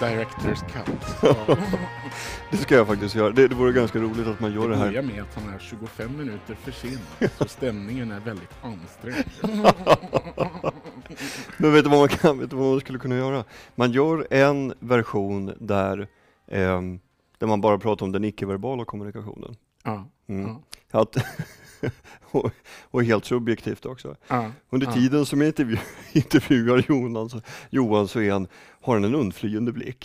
Director's cut. Det ska jag faktiskt göra. Det vore ganska roligt att man gör det här. Det börjar med att han är 25 minuter försenad, så stämningen är väldigt ansträngd. Men vet du vad man skulle kunna göra? Man gör en version där man bara pratar om den icke-verbala kommunikationen. Ja. Att och helt subjektivt också. Under Ja. tiden som jag intervjuar Johan så har han en undflyende blick.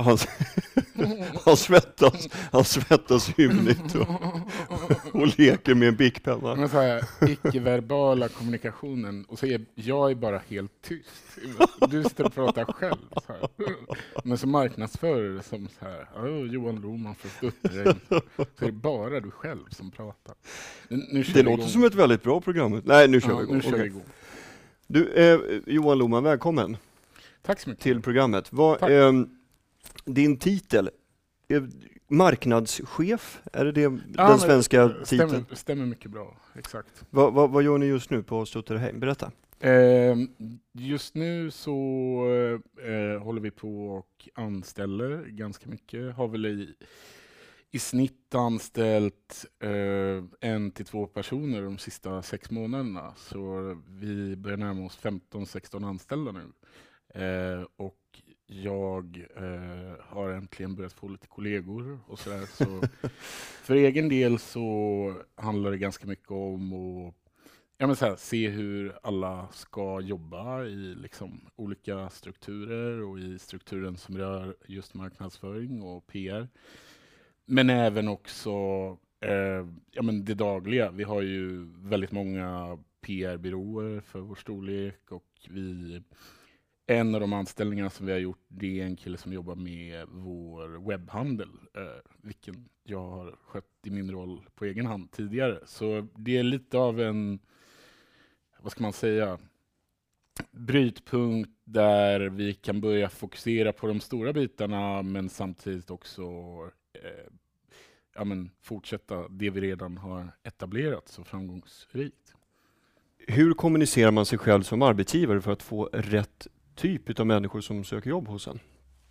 Han svettas hymligt och leker med en bickpenna. Men så här, icke-verbala kommunikationen, och så är jag bara helt tyst. Du sitter och pratar själv. Så här. Men så marknadsför det som så här, Johan Lohman för Stutterregn. Så är det bara du själv som pratar. Nu Det låter som ett väldigt bra program. Nej, nu kör vi igång. Nu kör vi igång. Du, Johan Lohman, välkommen. Tack så mycket. Till programmet. Din titel, marknadschef, är det den svenska titeln? Stämmer mycket bra, exakt. Vad gör ni just nu på Stutterheim? Berätta. Just nu så håller vi på och anställer ganska mycket. Har väl i snitt anställt 1 till 2 personer de sista 6 månaderna. Så vi börjar närma oss 15-16 anställda nu. Och jag har äntligen börjat få lite kollegor och sådär. Så för egen del så handlar det ganska mycket om att se hur alla ska jobba i liksom olika strukturer och i strukturen som rör just marknadsföring och PR. Men även också det dagliga. Vi har ju väldigt många PR-byråer för vår storlek, och en av de anställningar som vi har gjort, det är en kille som jobbar med vår webbhandel, vilken jag har skött i min roll på egen hand tidigare. Så det är lite av en, vad ska man säga, brytpunkt där vi kan börja fokusera på de stora bitarna, men samtidigt också fortsätta det vi redan har etablerat så framgångsrikt. Hur kommunicerar man sig själv som arbetsgivare för att få rätt typ av människor som söker jobb hos en?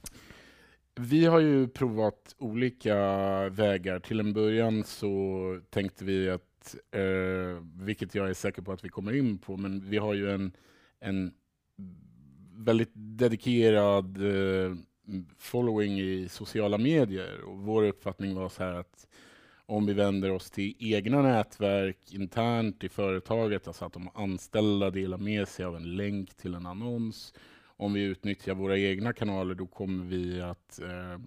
Vi har ju provat olika vägar. Till en början så tänkte vi att, vilket jag är säker på att vi kommer in på, men vi har ju en väldigt dedikerad following i sociala medier, och vår uppfattning var så här att om vi vänder oss till egna nätverk internt i företaget, alltså att de anställda delar med sig av en länk till en annons, om vi utnyttjar våra egna kanaler, då kommer vi att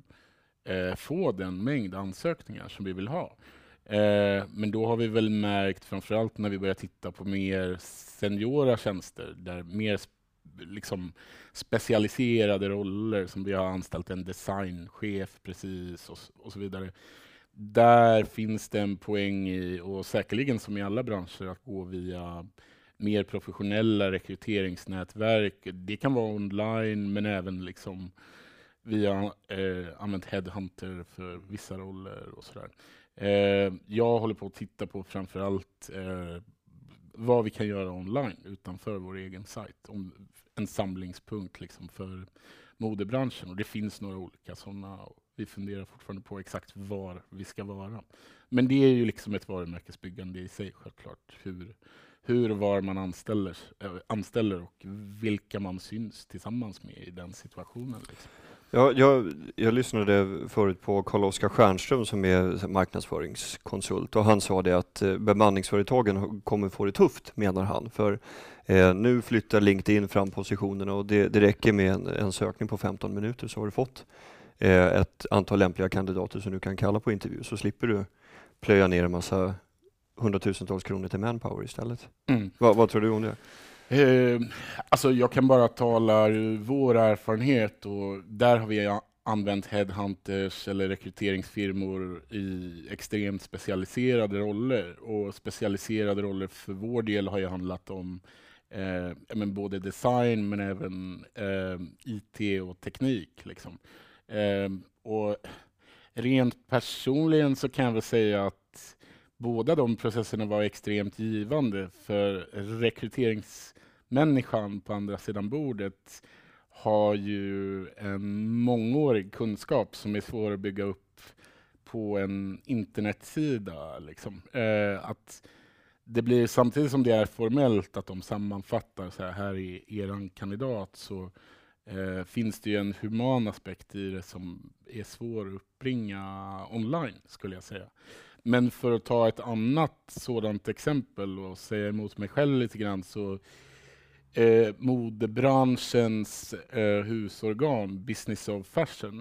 få den mängd ansökningar som vi vill ha. Men då har vi väl märkt, framförallt när vi börjar titta på mer seniora tjänster, där mer liksom specialiserade roller, som vi har anställt en designchef precis och så vidare. Där finns det en poäng i, och säkerligen som i alla branscher, att gå via mer professionella rekryteringsnätverk. Det kan vara online, men även liksom via använt headhunter för vissa roller och sådär. Jag håller på att titta på framförallt vad vi kan göra online utanför vår egen sajt. Om en samlingspunkt liksom för modebranschen, och det finns några olika sådana. Vi funderar fortfarande på exakt var vi ska vara. Men det är ju liksom ett varumärkesbyggande i sig, självklart. Hur och var man anställer och vilka man syns tillsammans med i den situationen. Liksom. Ja, jag lyssnade förut på Carl-Oskar Stjernström som är marknadsföringskonsult, och han sa det att bemanningsföretagen kommer få det tufft, menar han. För nu flyttar LinkedIn fram positionerna, och det räcker med en sökning på 15 minuter så har du fått ett antal lämpliga kandidater som du kan kalla på intervju, så slipper du plöja ner en massa 100,000-tals kronor till manpower istället. Vad tror du om det? Alltså jag kan bara tala vår erfarenhet, och där har vi använt headhunters eller rekryteringsfirmor i extremt specialiserade roller, och specialiserade roller för vår del har ju handlat om både design men även IT och teknik liksom. Och rent personligen så kan jag väl säga att båda de processerna var extremt givande, för rekryteringsmänniskan på andra sidan bordet har ju en mångårig kunskap som är svår att bygga upp på en internetsida. Liksom. Att det blir samtidigt som det är formellt att de sammanfattar så här är eran kandidat, så finns det ju en human aspekt i det som är svår att uppbringa online, skulle jag säga. Men för att ta ett annat sådant exempel och säga emot mig själv lite grann, så modebranschens husorgan Business of Fashion,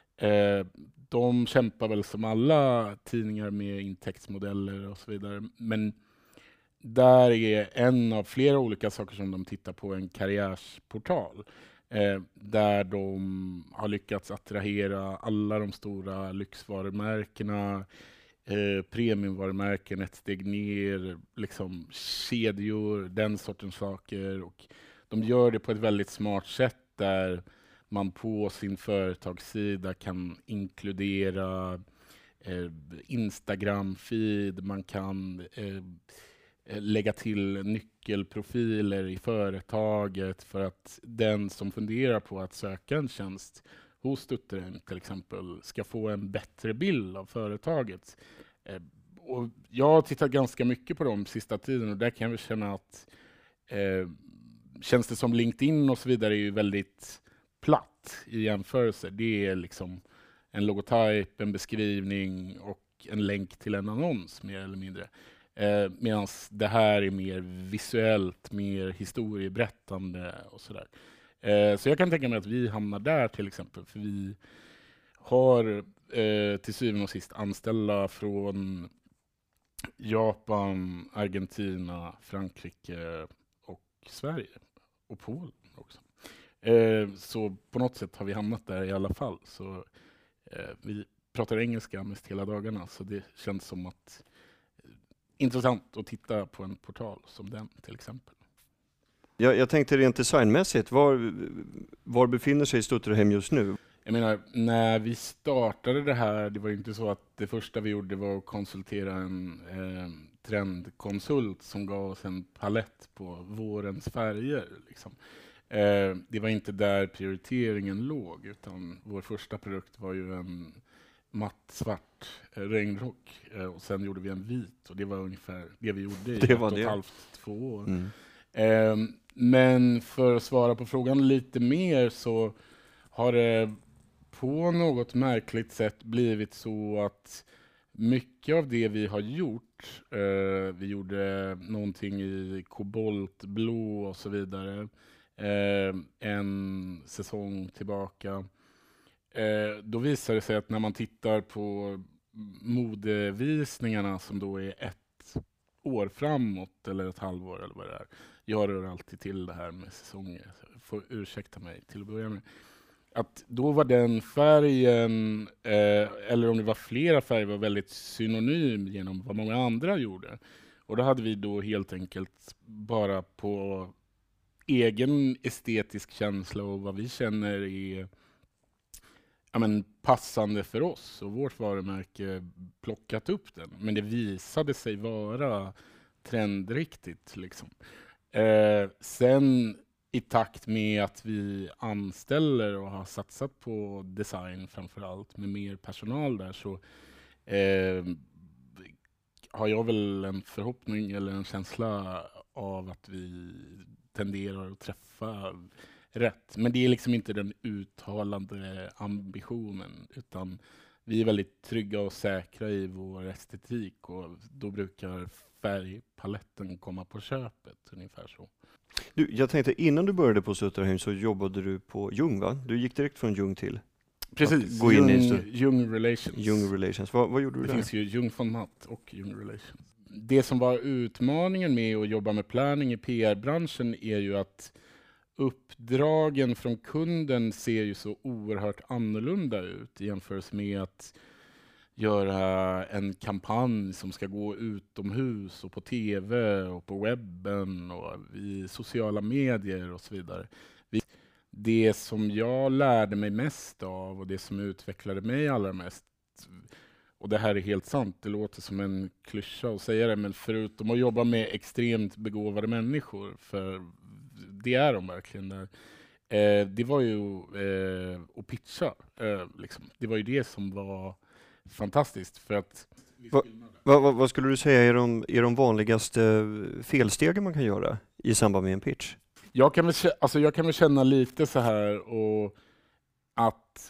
de kämpar väl som alla tidningar med intäktsmodeller och så vidare, men där är en av flera olika saker som de tittar på en karriärsportal, där de har lyckats attrahera alla de stora lyxvarumärkena, premiumvarumärken, ett steg ner, liksom kedjor, den sortens saker. Och de gör det på ett väldigt smart sätt där man på sin företagssida kan inkludera Instagram-feed, man kan lägga till nyckelprofiler i företaget för att den som funderar på att söka en tjänst hos Stutterheim till exempel ska få en bättre bild av företaget. Och jag har tittat ganska mycket på dem sista tiden, och där kan vi känna att tjänster som LinkedIn och så vidare är ju väldigt platt i jämförelse. Det är liksom en logotyp, en beskrivning och en länk till en annons mer eller mindre. Medan det här är mer visuellt, mer historieberättande och sådär. Så jag kan tänka mig att vi hamnar där till exempel, för vi har till syvende och sist anställda från Japan, Argentina, Frankrike och Sverige och Polen också. Så på något sätt har vi hamnat där i alla fall. Så vi pratar engelska mest hela dagarna, så det känns som att intressant att titta på en portal som den till exempel. Jag tänkte rent designmässigt, var befinner sig Stutterheim just nu? Jag menar, när vi startade det här, det var inte så att det första vi gjorde var att konsultera en trendkonsult som gav oss en palett på vårens färger. Liksom. Det var inte där prioriteringen låg, utan vår första produkt var ju en matt svart regnrock, och sen gjorde vi en vit, och det var ungefär det vi gjorde i 1,5-2 år. Men för att svara på frågan lite mer, så har det på något märkligt sätt blivit så att mycket av det vi har gjort, vi gjorde någonting i koboltblå och så vidare, en säsong tillbaka. Då visar det sig att när man tittar på modevisningarna som då är ett år framåt eller ett halvår eller vad det är. Jag rör alltid till det här med säsonger, får ursäkta mig till att börja med. Att då var den färgen, eller om det var flera färger, var väldigt synonym genom vad många andra gjorde. Och då hade vi då helt enkelt bara på egen estetisk känsla och vad vi känner är passande för oss och vårt varumärke plockat upp den. Men det visade sig vara trendriktigt. Liksom. Sen i takt med att vi anställer och har satsat på design framförallt med mer personal där, så har jag väl en förhoppning eller en känsla av att vi tenderar att träffa rätt. Men det är liksom inte den uttalande ambitionen, utan vi är väldigt trygga och säkra i vår estetik, och då brukar färgpaletten komma på köpet, ungefär så. Du, jag tänkte innan du började på Stutterheim så jobbade du på Jung, va? Du gick direkt från Jung till? Precis, gå in Jung Relations. Jung Relations. Vad gjorde du det där? Det finns ju Jung von Matt och Jung Relations. Det som var utmaningen med att jobba med planning i PR-branschen är ju att uppdragen från kunden ser ju så oerhört annorlunda ut i jämförelse med att göra en kampanj som ska gå utomhus och på tv och på webben och i sociala medier och så vidare. Det som jag lärde mig mest av och det som utvecklade mig allra mest, och det här är helt sant, det låter som en klyscha att säga det, men förutom att jobba med extremt begåvade människor, för det är de verkligen där, Det var ju att pitcha. Liksom. Det var ju det som var fantastiskt för att Vad skulle du säga är de vanligaste felstegen man kan göra i samband med en pitch? jag kan väl känna lite så här och att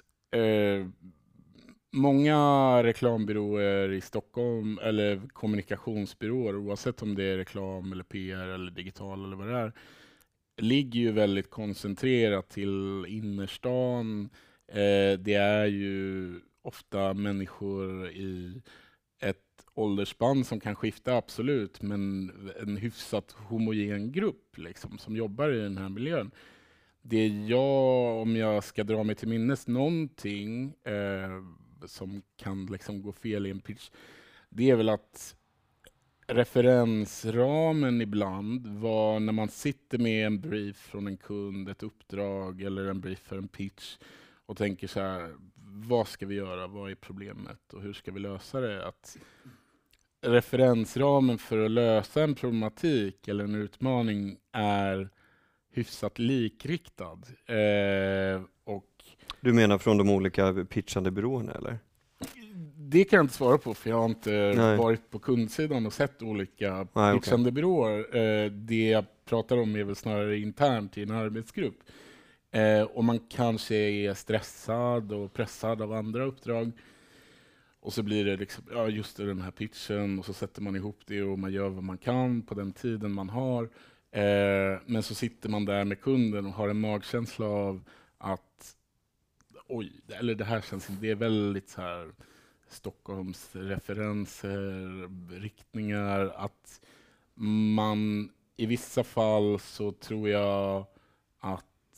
många reklambyråer i Stockholm eller kommunikationsbyråer, oavsett om det är reklam eller PR eller digital eller vad det är, ligger ju väldigt koncentrerat till innerstan. Det är ju ofta människor i ett åldersspann som kan skifta, absolut, men en hyfsat homogen grupp liksom, som jobbar i den här miljön. Det jag, om jag ska dra mig till minnes någonting som kan liksom gå fel i en pitch, det är väl att referensramen ibland var när man sitter med en brief från en kund, ett uppdrag eller en brief för en pitch och tänker så här, vad ska vi göra, vad är problemet och hur ska vi lösa det? Att referensramen för att lösa en problematik eller en utmaning är hyfsat likriktad. Och Du menar från de olika pitchande byråerna eller? det kan jag inte svara på, för jag har inte Nej. varit på kundsidan och sett olika Nej, pitchande byråer. Det jag pratar om är väl snarare internt i en arbetsgrupp. Och man kanske är stressad och pressad av andra uppdrag. Och så blir det liksom, ja just det, den här pitchen, och så sätter man ihop det och man gör vad man kan på den tiden man har. Men så sitter man där med kunden och har en magkänsla av att oj, eller det här känns inte, det är väldigt så här Stockholms referenser, riktningar, att man i vissa fall så tror jag att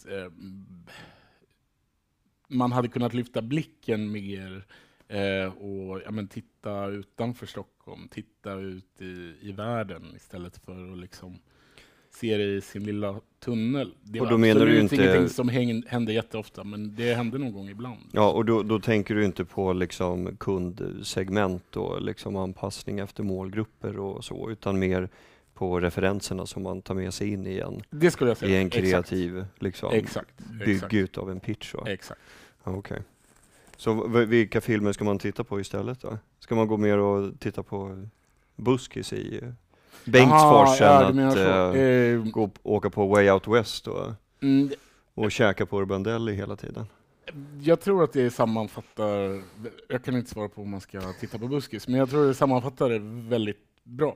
man hade kunnat lyfta blicken mer och ja, men titta utanför Stockholm, titta ut i världen istället för att liksom se det i sin lilla tunnel. Det var absolut ingenting som hände jätteofta, men det hände någon gång ibland. Ja, och då tänker du inte på liksom kundsegment och liksom anpassning efter målgrupper och så, utan mer på referenserna som man tar med sig in i det skulle jag säga. I en kreativ liksom, bygg ut av en pitch. Va? Exakt. Ja, okej. Så vilka filmer ska man titta på istället då? Ska man gå mer och titta på Buskis i Bengtsforsen, åka på Way Out West och käka på Urban hela tiden? Jag tror att det sammanfattar, jag kan inte svara på om man ska titta på Buskis, men jag tror det sammanfattar det väldigt bra.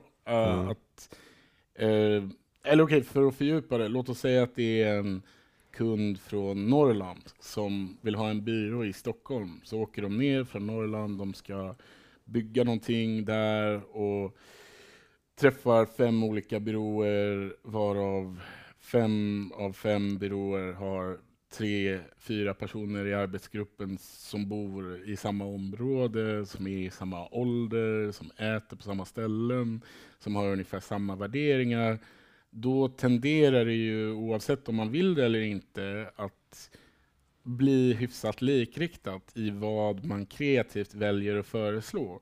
Eller okej, för att fördjupa det, låt oss säga att det är en kund från Norrland som vill ha en byrå i Stockholm. Så åker de ner från Norrland, de ska bygga någonting där och träffar 5 olika byråer, varav 5 av 5 byråer har 3-4 personer i arbetsgruppen som bor i samma område, som är i samma ålder, som äter på samma ställen, som har ungefär samma värderingar. Då tenderar det ju, oavsett om man vill det eller inte, att bli hyfsat likriktat i vad man kreativt väljer att föreslå.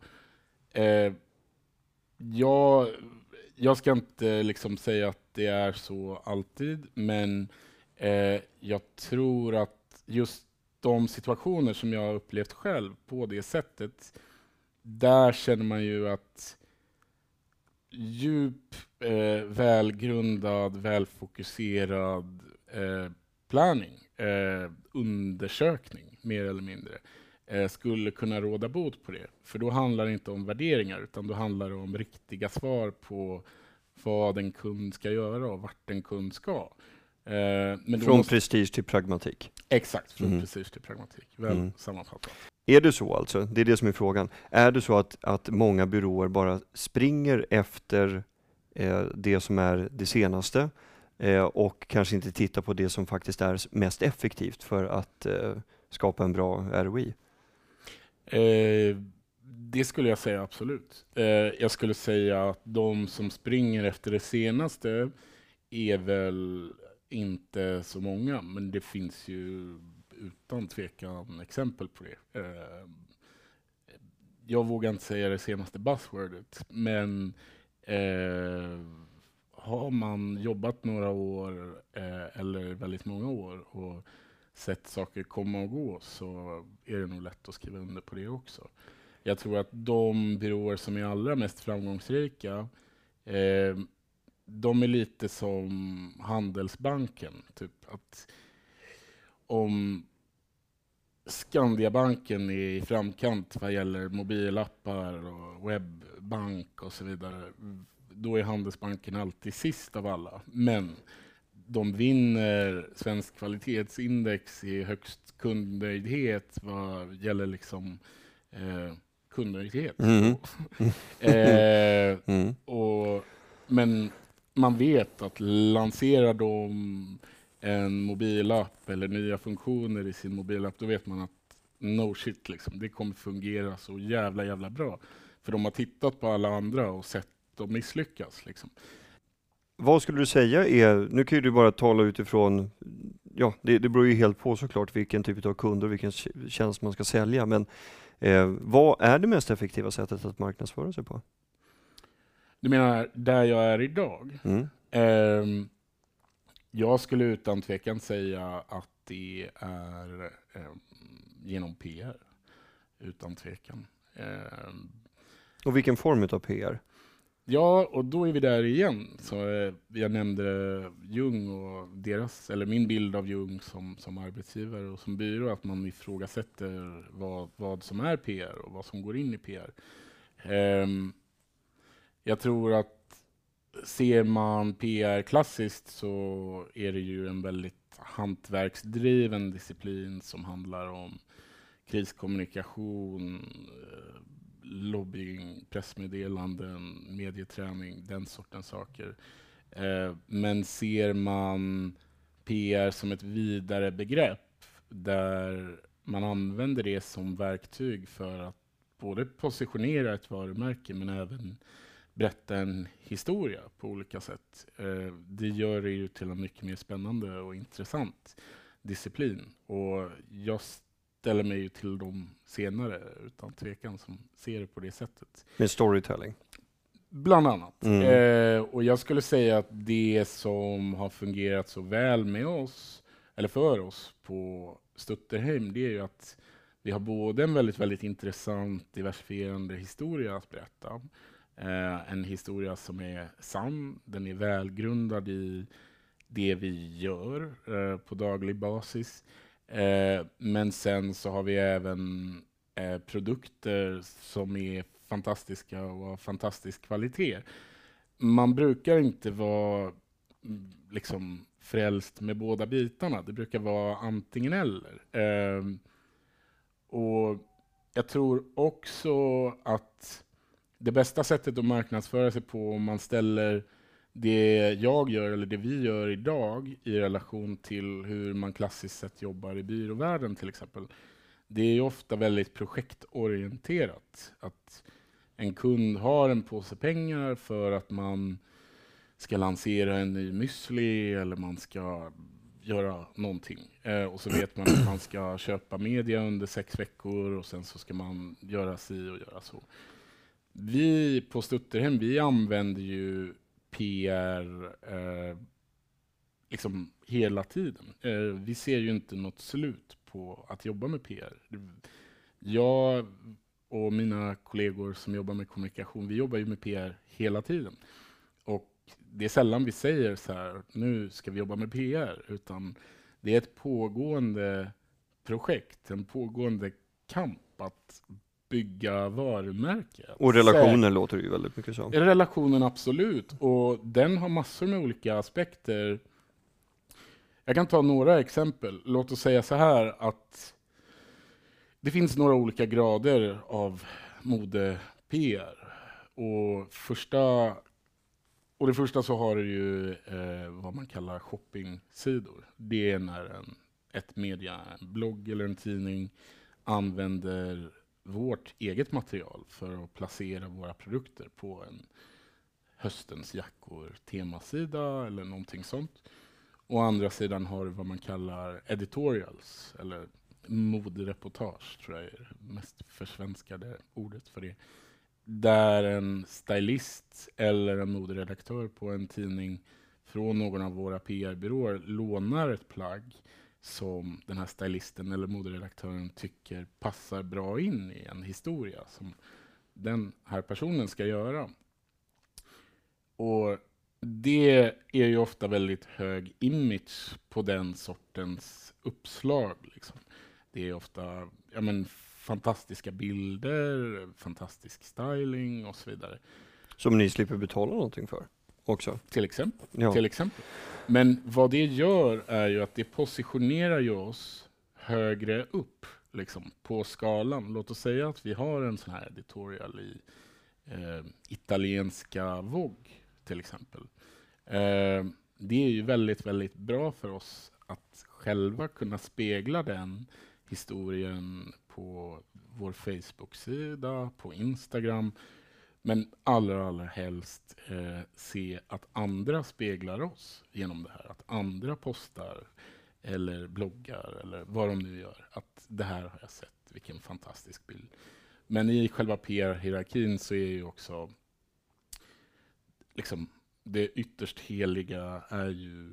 Jag ska inte liksom säga att det är så alltid, men jag tror att just de situationer som jag har upplevt själv på det sättet, där känner man ju att djup, välgrundad, välfokuserad planning, undersökning mer eller mindre, skulle kunna råda bot på det. För då handlar det inte om värderingar, utan då handlar det om riktiga svar på vad en kund ska göra och vart en kund ska. Men från prestige till pragmatik. Exakt, från prestige till pragmatik. Väl sammanfattat. Är det så alltså? Det är det som är frågan. Är det så att många byråer bara springer efter det som är det senaste och kanske inte tittar på det som faktiskt är mest effektivt för att skapa en bra ROI? Det skulle jag säga absolut. Jag skulle säga att de som springer efter det senaste är väl inte så många, men det finns ju utan tvekan exempel på det. Jag vågar inte säga det senaste buzzwordet, men har man jobbat några år eller väldigt många år och sett saker komma och gå, så är det nog lätt att skriva under på det också. Jag tror att de byråer som är allra mest framgångsrika, de är lite som Handelsbanken. Typ att om Skandiabanken är i framkant vad gäller mobilappar och webbank och så vidare, då är Handelsbanken alltid sist av alla. Men de vinner svensk kvalitetsindex i högst kundnöjdhet vad gäller liksom kundnöjdhet. Men man vet att lanserar de en mobilapp eller nya funktioner i sin mobilapp, då vet man att no shit, liksom, det kommer fungera så jävla bra. För de har tittat på alla andra och sett dem misslyckas. Liksom. Vad skulle du säga är, nu kan ju du bara tala utifrån, ja det beror ju helt på såklart vilken typ av kunder och vilken tjänst man ska sälja, men vad är det mest effektiva sättet att marknadsföra sig på? Du menar där jag är idag? Jag skulle utan tvekan säga att det är genom PR. Utan tvekan. Och vilken form av PR? Ja, och då är vi där igen. Så jag nämnde Jung och deras, eller min bild av Jung som arbetsgivare och som byrå, att man ifrågasätter vad som är PR och vad som går in i PR. Jag tror att ser man PR klassiskt så är det ju en väldigt hantverksdriven disciplin som handlar om kriskommunikation, lobbying, pressmeddelanden, medieträning, den sortens saker. Men ser man PR som ett vidare begrepp där man använder det som verktyg för att både positionera ett varumärke men även berätta en historia på olika sätt. Det gör det ju till en mycket mer spännande och intressant disciplin. Och jag ställer mig ju till de senare utan tvekan som ser det på det sättet. Med storytelling? Bland annat. Och jag skulle säga att det som har fungerat så väl med oss, eller för oss på Stutterheim, det är ju att vi har både en väldigt, väldigt intressant diversifierande historia att berätta. En historia som är sann, den är välgrundad i det vi gör på daglig basis. Men sen så har vi även produkter som är fantastiska och har fantastisk kvalitet. Man brukar inte vara liksom frälst med båda bitarna. Det brukar vara antingen eller. Och jag tror också att det bästa sättet att marknadsföra sig på, om man ställer det jag gör eller det vi gör idag i relation till hur man klassiskt sett jobbar i byråvärlden till exempel. Det är ofta väldigt projektorienterat. Att en kund har en påse pengar för att man ska lansera en ny müsli eller man ska göra någonting. Och så vet man att man ska köpa media under 6 veckor och sen så ska man göra si och göra så. Vi på Stutterheim, vi använder ju PR liksom hela tiden. Vi ser ju inte något slut på att jobba med PR. Jag och mina kollegor som jobbar med kommunikation, vi jobbar ju med PR hela tiden. Och det är sällan vi säger så här, nu ska vi jobba med PR, utan det är ett pågående projekt, en pågående kamp att bygga varumärke. Och relationen låter ju väldigt mycket så. Relationen absolut, och den har massor med olika aspekter. Jag kan ta några exempel. Låt oss säga så här att det finns några olika grader av mode-PR. Och det första så har du ju vad man kallar shoppingsidor. Det är när ett media, en blogg eller en tidning använder vårt eget material för att placera våra produkter på en höstens jackor temasida eller någonting sånt. Å andra sidan har du vad man kallar editorials eller modereportage, tror jag är det mest försvenskade ordet för det. där en stylist eller en moderedaktör på en tidning från någon av våra PR-byråer lånar ett plagg som den här stylisten eller moderedaktören tycker passar bra in i en historia som den här personen ska göra. Och det är ju ofta väldigt hög image på den sortens uppslag. Liksom. Det är ofta fantastiska bilder, fantastisk styling och så vidare. Som ni slipper betala någonting för också? Till exempel. Ja. Till exempel. Men vad det gör är ju att det positionerar ju oss högre upp liksom, på skalan. Låt oss säga att vi har en sån här editorial i italienska Vogue till exempel. Det är ju väldigt, väldigt bra för oss att själva kunna spegla den historien på vår Facebook-sida, på Instagram. Men allra helst se att andra speglar oss genom det här. Att andra postar eller bloggar eller vad de nu gör. Att det här har jag sett, vilken fantastisk bild. Men i själva PR-hierarkin så är ju också liksom, det ytterst heliga är ju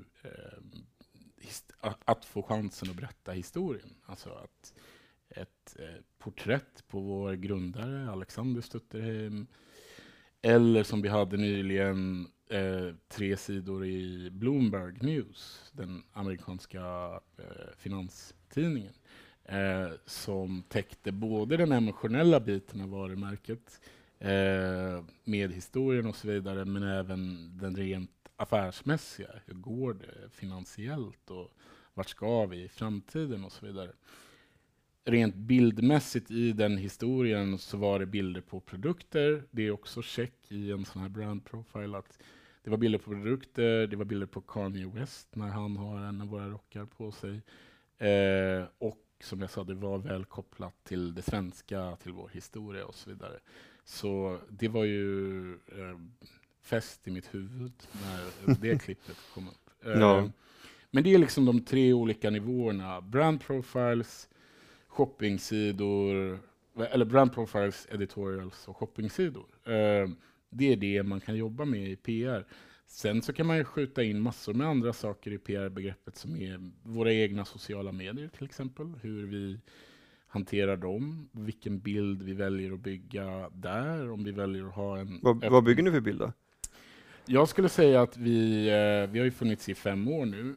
att få chansen att berätta historien. Alltså att ett porträtt på vår grundare Alexander Stutterheim, eller som vi hade nyligen 3 sidor i Bloomberg News, den amerikanska finanstidningen, som täckte både den emotionella biten av varumärket med historien och så vidare, men även den rent affärsmässiga. Hur går det finansiellt och vart ska vi i framtiden och så vidare. Rent bildmässigt i den historien så var det bilder på produkter. Det är också check i en sån här brand profile att det var bilder på produkter, det var bilder på Kanye West när han har en av våra rockar på sig. Och som jag sa, det var väl kopplat till det svenska, till vår historia och så vidare. Så det var ju fäst i mitt huvud när det klippet kom upp. Ja. Men det är liksom de 3 olika nivåerna. Brand profiles, shoppingsidor, eller brand profiles, editorials och shoppingsidor. Det är det man kan jobba med i PR. Sen så kan man ju skjuta in massor med andra saker i PR-begreppet som är våra egna sociala medier till exempel. Hur vi hanterar dem, vilken bild vi väljer att bygga där, om vi väljer att ha en... Vad bygger ni för bild då? Jag skulle säga att vi har ju funnits i 5 år nu.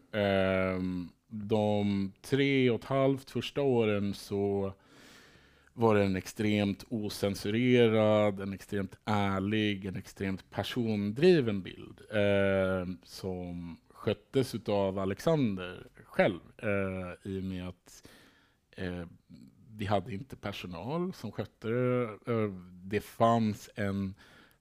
De 3,5 första åren så var det en extremt osensurerad, en extremt ärlig, en extremt persondriven bild som sköttes av Alexander själv i och med att vi hade inte personal som skötte det. Det fanns en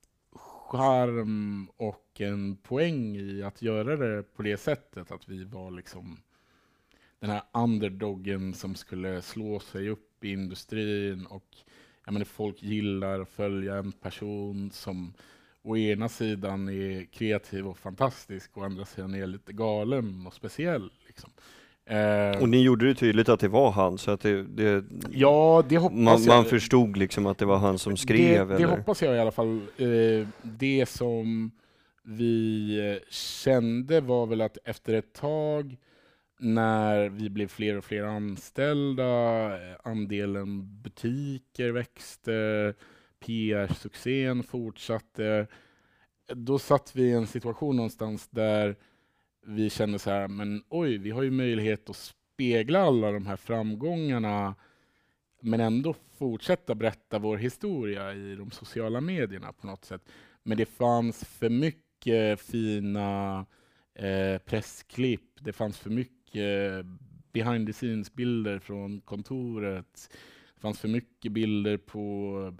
charm och en poäng i att göra det på det sättet att vi var liksom den här underdoggen som skulle slå sig upp i industrin och jag menar, folk gillar att följa en person som å ena sidan är kreativ och fantastisk och å andra sidan är lite galen och speciell liksom. Och ni gjorde det tydligt att det var han, så att ja, det hoppas man förstod liksom att det var han som skrev. Det hoppas jag i alla fall. Det som vi kände var väl att efter ett tag när vi blev fler och fler anställda, andelen butiker växte, PR-succén fortsatte, då satt vi i en situation någonstans där vi kände så här, men oj, vi har ju möjlighet att spegla alla de här framgångarna men ändå fortsätta berätta vår historia i de sociala medierna på något sätt. Men det fanns för mycket fina pressklipp, det fanns för mycket behind the scenes bilder från kontoret, det fanns för mycket bilder på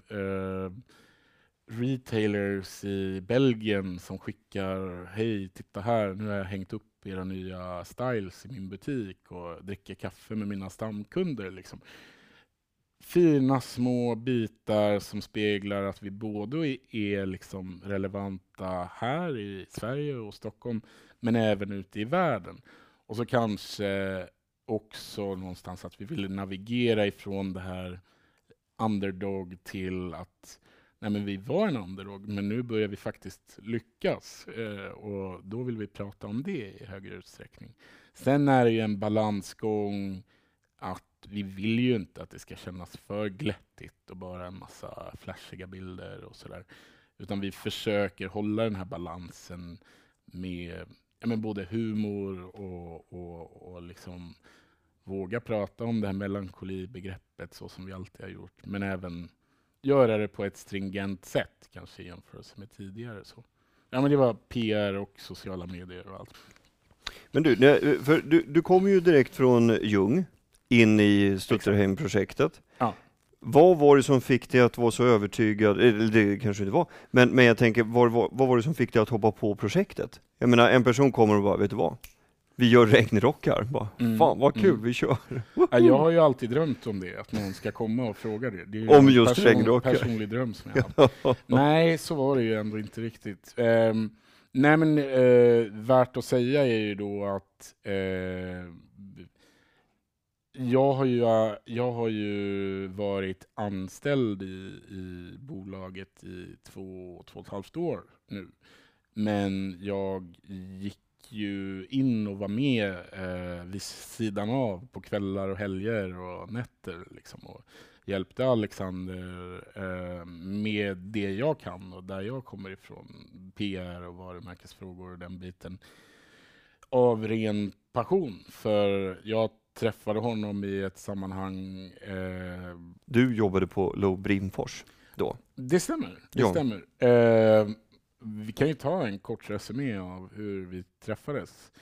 retailers i Belgien som skickar hej, titta här, nu har jag hängt upp era nya styles i min butik och dricker kaffe med mina stamkunder liksom. Fina små bitar som speglar att vi både är liksom relevanta här i Sverige och Stockholm men även ute i världen. Och så kanske också någonstans att vi vill navigera ifrån det här underdog till att nej men vi var en underdog, men nu börjar vi faktiskt lyckas. Och då vill vi prata om det i högre utsträckning. Sen är det ju en balansgång att vi vill ju inte att det ska kännas för glättigt och bara en massa flashiga bilder och sådär. Utan vi försöker hålla den här balansen med men både humor och liksom våga prata om det här melankolibegreppet så som vi alltid har gjort. Men även göra det på ett stringent sätt, kanske i jämförelse med tidigare. Så. Ja, men det var PR och sociala medier och allt. Men du kom ju direkt från Jung in i Stutterheim-projektet. Ja. Vad var det som fick dig att vara så övertygad, eller det kanske inte var, men jag tänker, vad var det som fick dig att hoppa på projektet? Jag menar, en person kommer och bara, vet du vad? Vi gör regnrockar. Fan vad kul, vi kör. Ja, jag har ju alltid drömt om det, att någon ska komma och fråga det. Det är ju om just regnrockar. Personlig dröm som jag har. Nej, så var det ju ändå inte riktigt. Nej, men värt att säga är ju då att jag har ju varit anställd i bolaget i 2,5 år nu. Men jag gick ju in och var med vid sidan av på kvällar och helger och nätter liksom, och hjälpte Alexander med det jag kan och där jag kommer ifrån, PR och varumärkesfrågor och den biten, av ren passion. För jag träffade honom i ett sammanhang. Du jobbade på Lo Brimfors då? Det stämmer. Vi kan ju ta en kort resumé av hur vi träffades.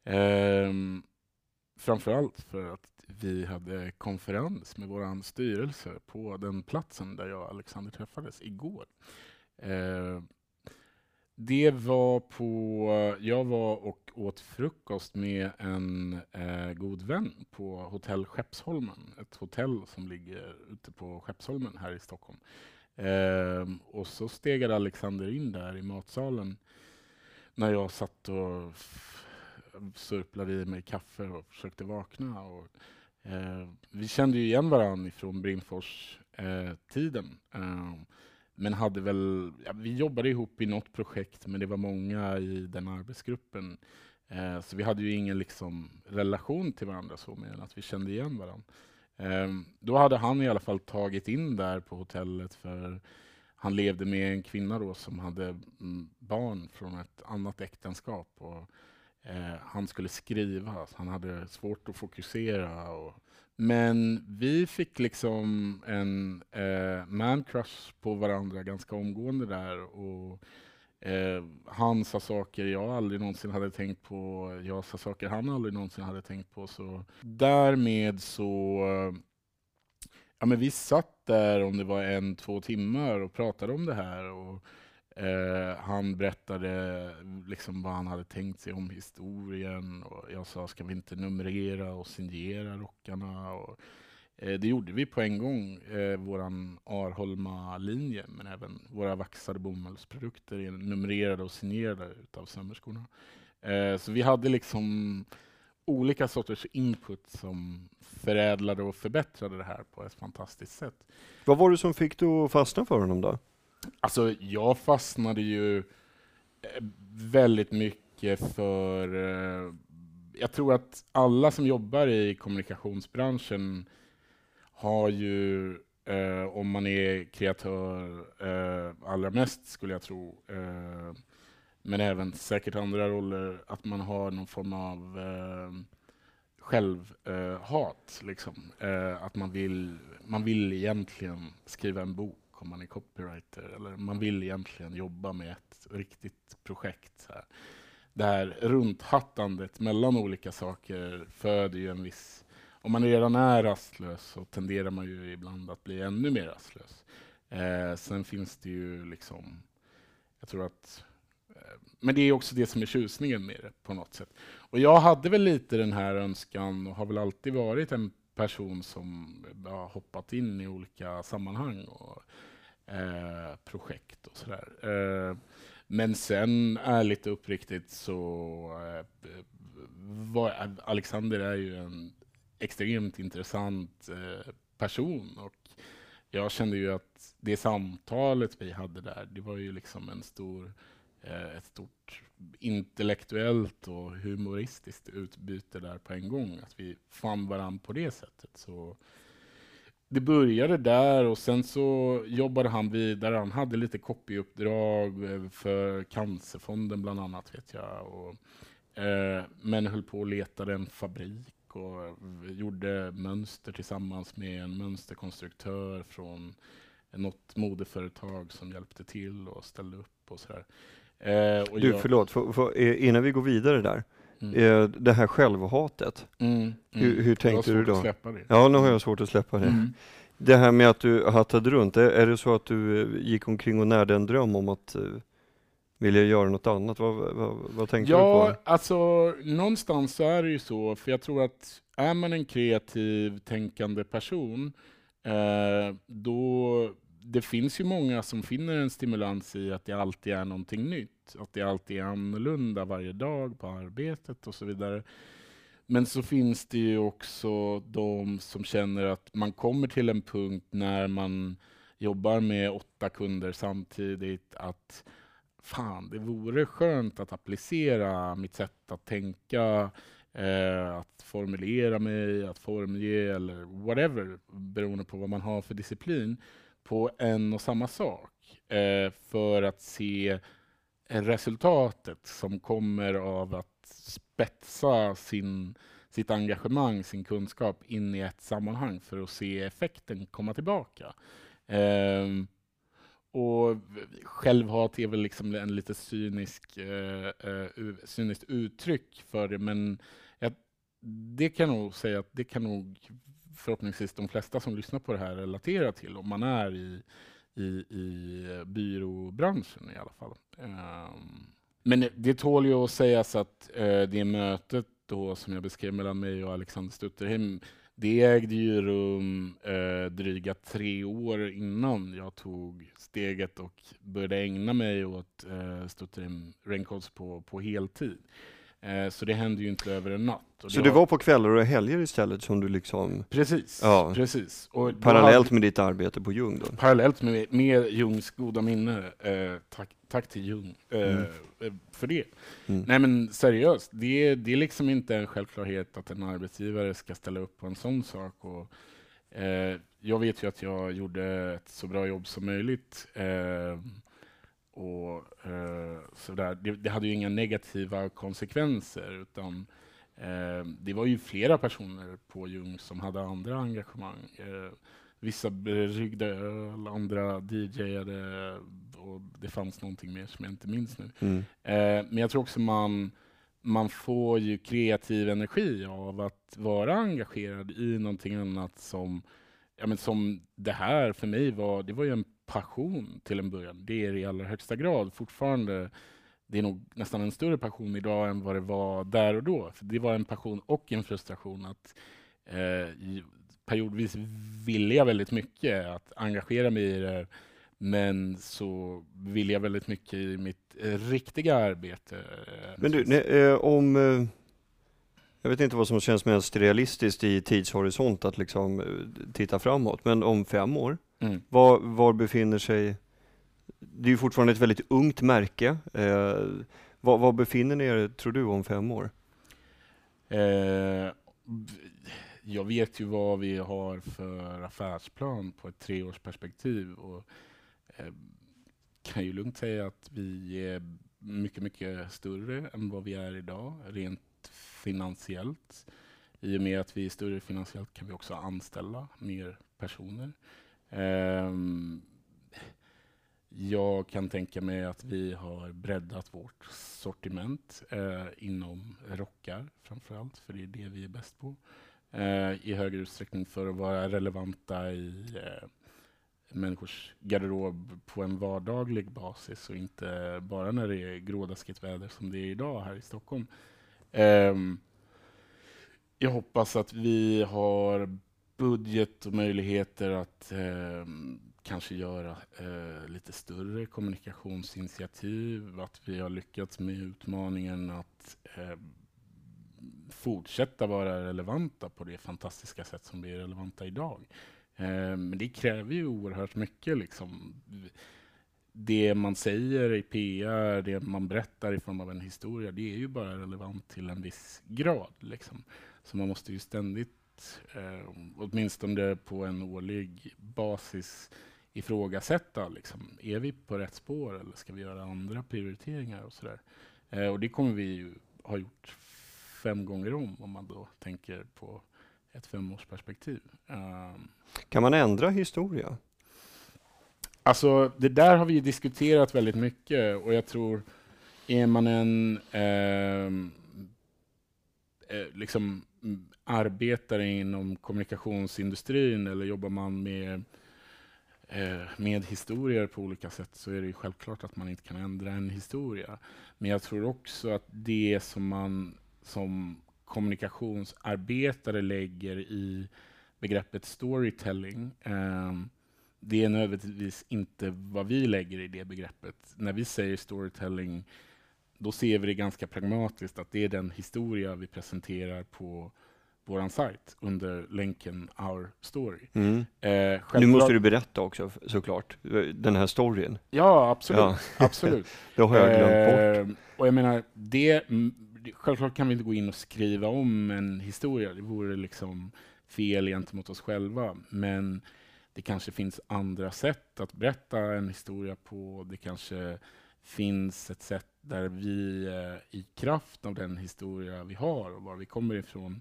Framförallt för att vi hade konferens med vår styrelse på den platsen där jag och Alexander träffades igår. Det var jag var och åt frukost med en god vän på hotell Skeppsholmen. Ett hotell som ligger ute på Skeppsholmen här i Stockholm. Och så stegade Alexander in där i matsalen när jag satt och surplade i mig kaffe och försökte vakna. Och, vi kände ju igen varandra från Brimfors-tiden. Men hade väl, vi jobbade ihop i något projekt, men det var många i den arbetsgruppen. Så vi hade ju ingen liksom relation till varandra så, mer än att vi kände igen varandra. Då hade han i alla fall tagit in där på hotellet, för han levde med en kvinna då som hade barn från ett annat äktenskap. Och han skulle skriva, så han hade svårt att fokusera. Men vi fick liksom en man crush på varandra ganska omgående där. Och han sa saker jag aldrig någonsin hade tänkt på. Jag sa saker han aldrig någonsin hade tänkt på. Så därmed så... Ja, men vi satt där om det var 1-2 timmar och pratade om det här. Och han berättade liksom vad han hade tänkt sig om historien. Och jag sa, ska vi inte numrera och signera rockarna? Och det gjorde vi på en gång. Våran Arholma-linje, men även våra vaxade bomullsprodukter är numrerade och signerade utav sömmerskorna. Så vi hade liksom olika sorters input som förädlade och förbättrade det här på ett fantastiskt sätt. Vad var det som fick du att fastna för honom då? Alltså, jag fastnade ju väldigt mycket för... Jag tror att alla som jobbar i kommunikationsbranschen har ju, om man är kreatör, allra mest skulle jag tro, men även säkert andra roller, att man har någon form av självhat. Liksom. Att man vill egentligen skriva en bok om man är copywriter, eller man vill egentligen jobba med ett riktigt projekt. Så här. Det här runthattandet mellan olika saker föder ju en viss... Om man redan är rastlös så tenderar man ju ibland att bli ännu mer rastlös. Sen finns det ju liksom... Jag tror att... Men det är också det som är tjusningen med det på något sätt. Och jag hade väl lite den här önskan och har väl alltid varit en person som har hoppat in i olika sammanhang och projekt och sådär. Men sen ärligt och uppriktigt så Alexander är ju en extremt intressant person, och jag kände ju att det samtalet vi hade där, det var ju liksom ett stort intellektuellt och humoristiskt utbyte där på en gång. Att vi fann varandra på det sättet. Så det började där och sen så jobbade han vidare. Han hade lite copyuppdrag för Cancerfonden bland annat vet jag. Men höll på att leta en fabrik och gjorde mönster tillsammans med en mönsterkonstruktör från något modeföretag som hjälpte till och ställde upp och sådär. Förlåt, innan vi går vidare där. Det här självhatet, hur tänkte du då? Ja, nu har jag svårt att släppa det. Det här med att du hattade runt, är det så att du gick omkring och närde en dröm om att vilja göra något annat? Vad tänkte du på? Ja, alltså någonstans så är det ju så, för jag tror att är man en kreativ tänkande person, då det finns ju många som finner en stimulans i att det alltid är någonting nytt, att det alltid är annorlunda varje dag på arbetet och så vidare. Men så finns det ju också de som känner att man kommer till en punkt när man jobbar med 8 kunder samtidigt att fan, det vore skönt att applicera mitt sätt att tänka, att formulera mig, att formge eller whatever, beroende på vad man har för disciplin, på en och samma sak. För att se resultatet som kommer av att spetsa sitt engagemang, sin kunskap in i ett sammanhang för att se effekten komma tillbaka. Och självhat är väl liksom en lite cyniskt uttryck för det, men det kan nog säga att det kan nog förhoppningsvis de flesta som lyssnar på det här relatera till om man är i byråbranschen i alla fall. Men det tål ju att sägas att det mötet då som jag beskrev mellan mig och Alexander Stutterheim, det ägde ju rum dryga 3 år innan jag tog steget och började ägna mig åt Stutterheim Raincoats på heltid. Så det hände ju inte över en natt. Så det var på kvällar och helger istället som du liksom... Precis, ja. Precis. Och parallellt med ditt arbete på Jung då? Parallellt med Jungs goda minne. Tack till Jung för det. Nej men seriöst, det är liksom inte en självklarhet att en arbetsgivare ska ställa upp på en sån sak. Och, jag vet ju att jag gjorde ett så bra jobb som möjligt. Och sådär. Det hade ju inga negativa konsekvenser utan det var ju flera personer på Jung som hade andra engagemang. Vissa bryggde öl, andra DJade och det fanns någonting mer som jag inte minns nu. Men jag tror också man får ju kreativ energi av att vara engagerad i någonting annat som det här för mig det var ju en passion till en början. Det är i allra högsta grad fortfarande. Det är nog nästan en större passion idag än vad det var där och då. För det var en passion och en frustration att periodvis ville jag väldigt mycket att engagera mig i det. Men så vill jag väldigt mycket i mitt riktiga arbete. Men du, jag vet inte vad som känns mest realistiskt i tidshorisont att liksom titta framåt. Men om 5 år, var befinner sig... Det är ju fortfarande ett väldigt ungt märke. Var befinner ni er, tror du, om 5 år? Jag vet ju vad vi har för affärsplan på ett 3-årsperspektiv. Och kan ju lugnt säga att vi är mycket, mycket större än vad vi är idag, rent finansiellt. I och med att vi är större finansiellt kan vi också anställa mer personer. Jag kan tänka mig att vi har breddat vårt sortiment inom rockar framförallt, för det är det vi är bäst på. I högre utsträckning för att vara relevanta i människors garderob på en vardaglig basis och inte bara när det är grådaskigt väder som det är idag här i Stockholm. Jag hoppas att vi har budget och möjligheter att kanske göra lite större kommunikationsinitiativ, att vi har lyckats med utmaningen att fortsätta vara relevanta på det fantastiska sätt som vi är relevanta idag. Men det kräver ju oerhört mycket liksom. Det man säger i PR, det man berättar i form av en historia, det är ju bara relevant till en viss grad liksom. Så man måste ju ständigt, åtminstone på en årlig basis, ifrågasätta liksom. Är vi på rätt spår eller ska vi göra andra prioriteringar och sådär. Och det kommer vi ju ha gjort 5 gånger om man då tänker på ett 5-årsperspektiv. Kan man ändra historia? Alltså det där har vi ju diskuterat väldigt mycket, och jag tror är man en liksom arbetare inom kommunikationsindustrin eller jobbar man med historier på olika sätt, så är det ju självklart att man inte kan ändra en historia. Men jag tror också att det som man som kommunikationsarbetare lägger i begreppet storytelling, det är nödvändigtvis inte vad vi lägger i det begreppet. När vi säger storytelling, då ser vi det ganska pragmatiskt att det är den historia vi presenterar på våran sajt under länken Our Story. Nu måste du berätta också såklart, den här storyn. Ja, absolut. Ja. Absolut. Det har jag glömt bort. Och jag menar, självklart kan vi inte gå in och skriva om en historia. Det vore liksom fel gentemot oss själva. Men det kanske finns andra sätt att berätta en historia på. Det kanske finns ett sätt där vi i kraft av den historia vi har och var vi kommer ifrån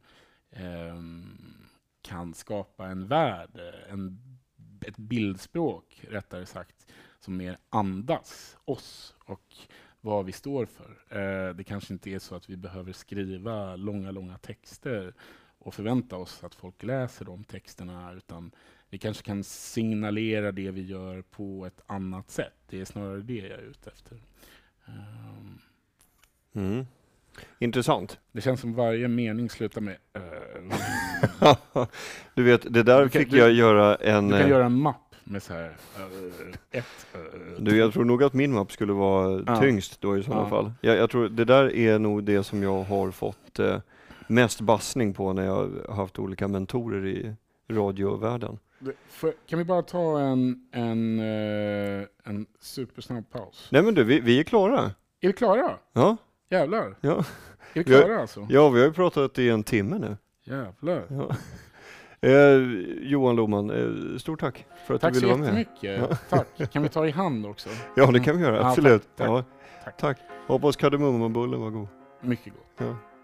kan skapa en värld, ett bildspråk rättare sagt, som mer andas oss och vad vi står för. Det kanske inte är så att vi behöver skriva långa texter och förvänta oss att folk läser de texterna, utan vi kanske kan signalera det vi gör på ett annat sätt. Det är snarare det jag är ute efter. Intressant. Det känns som varje mening slutar med Du vet, det där fick jag göra en... Du kan göra en mapp med så här jag tror nog att min mapp skulle vara tyngst då i sådana fall. Jag tror det där är nog det som jag har fått mest bassning på när jag har haft olika mentorer i radiovärlden. Kan vi bara ta en supersnabb paus? Nej men du, vi är klara. Är vi klara? Ja. Jävlar. Ja. Är vi klara alltså? Ja, vi har ju pratat i 1 timme nu. Jävlar. Ja. Johan Lohman, stort tack för att du ville vara med. Tack så jättemycket. Ja. Tack. Kan vi ta i hand också? Ja, det kan vi göra. Absolut. Tack. Ja. Tack. Hoppas kardemummabullen var god. Mycket god. Ja.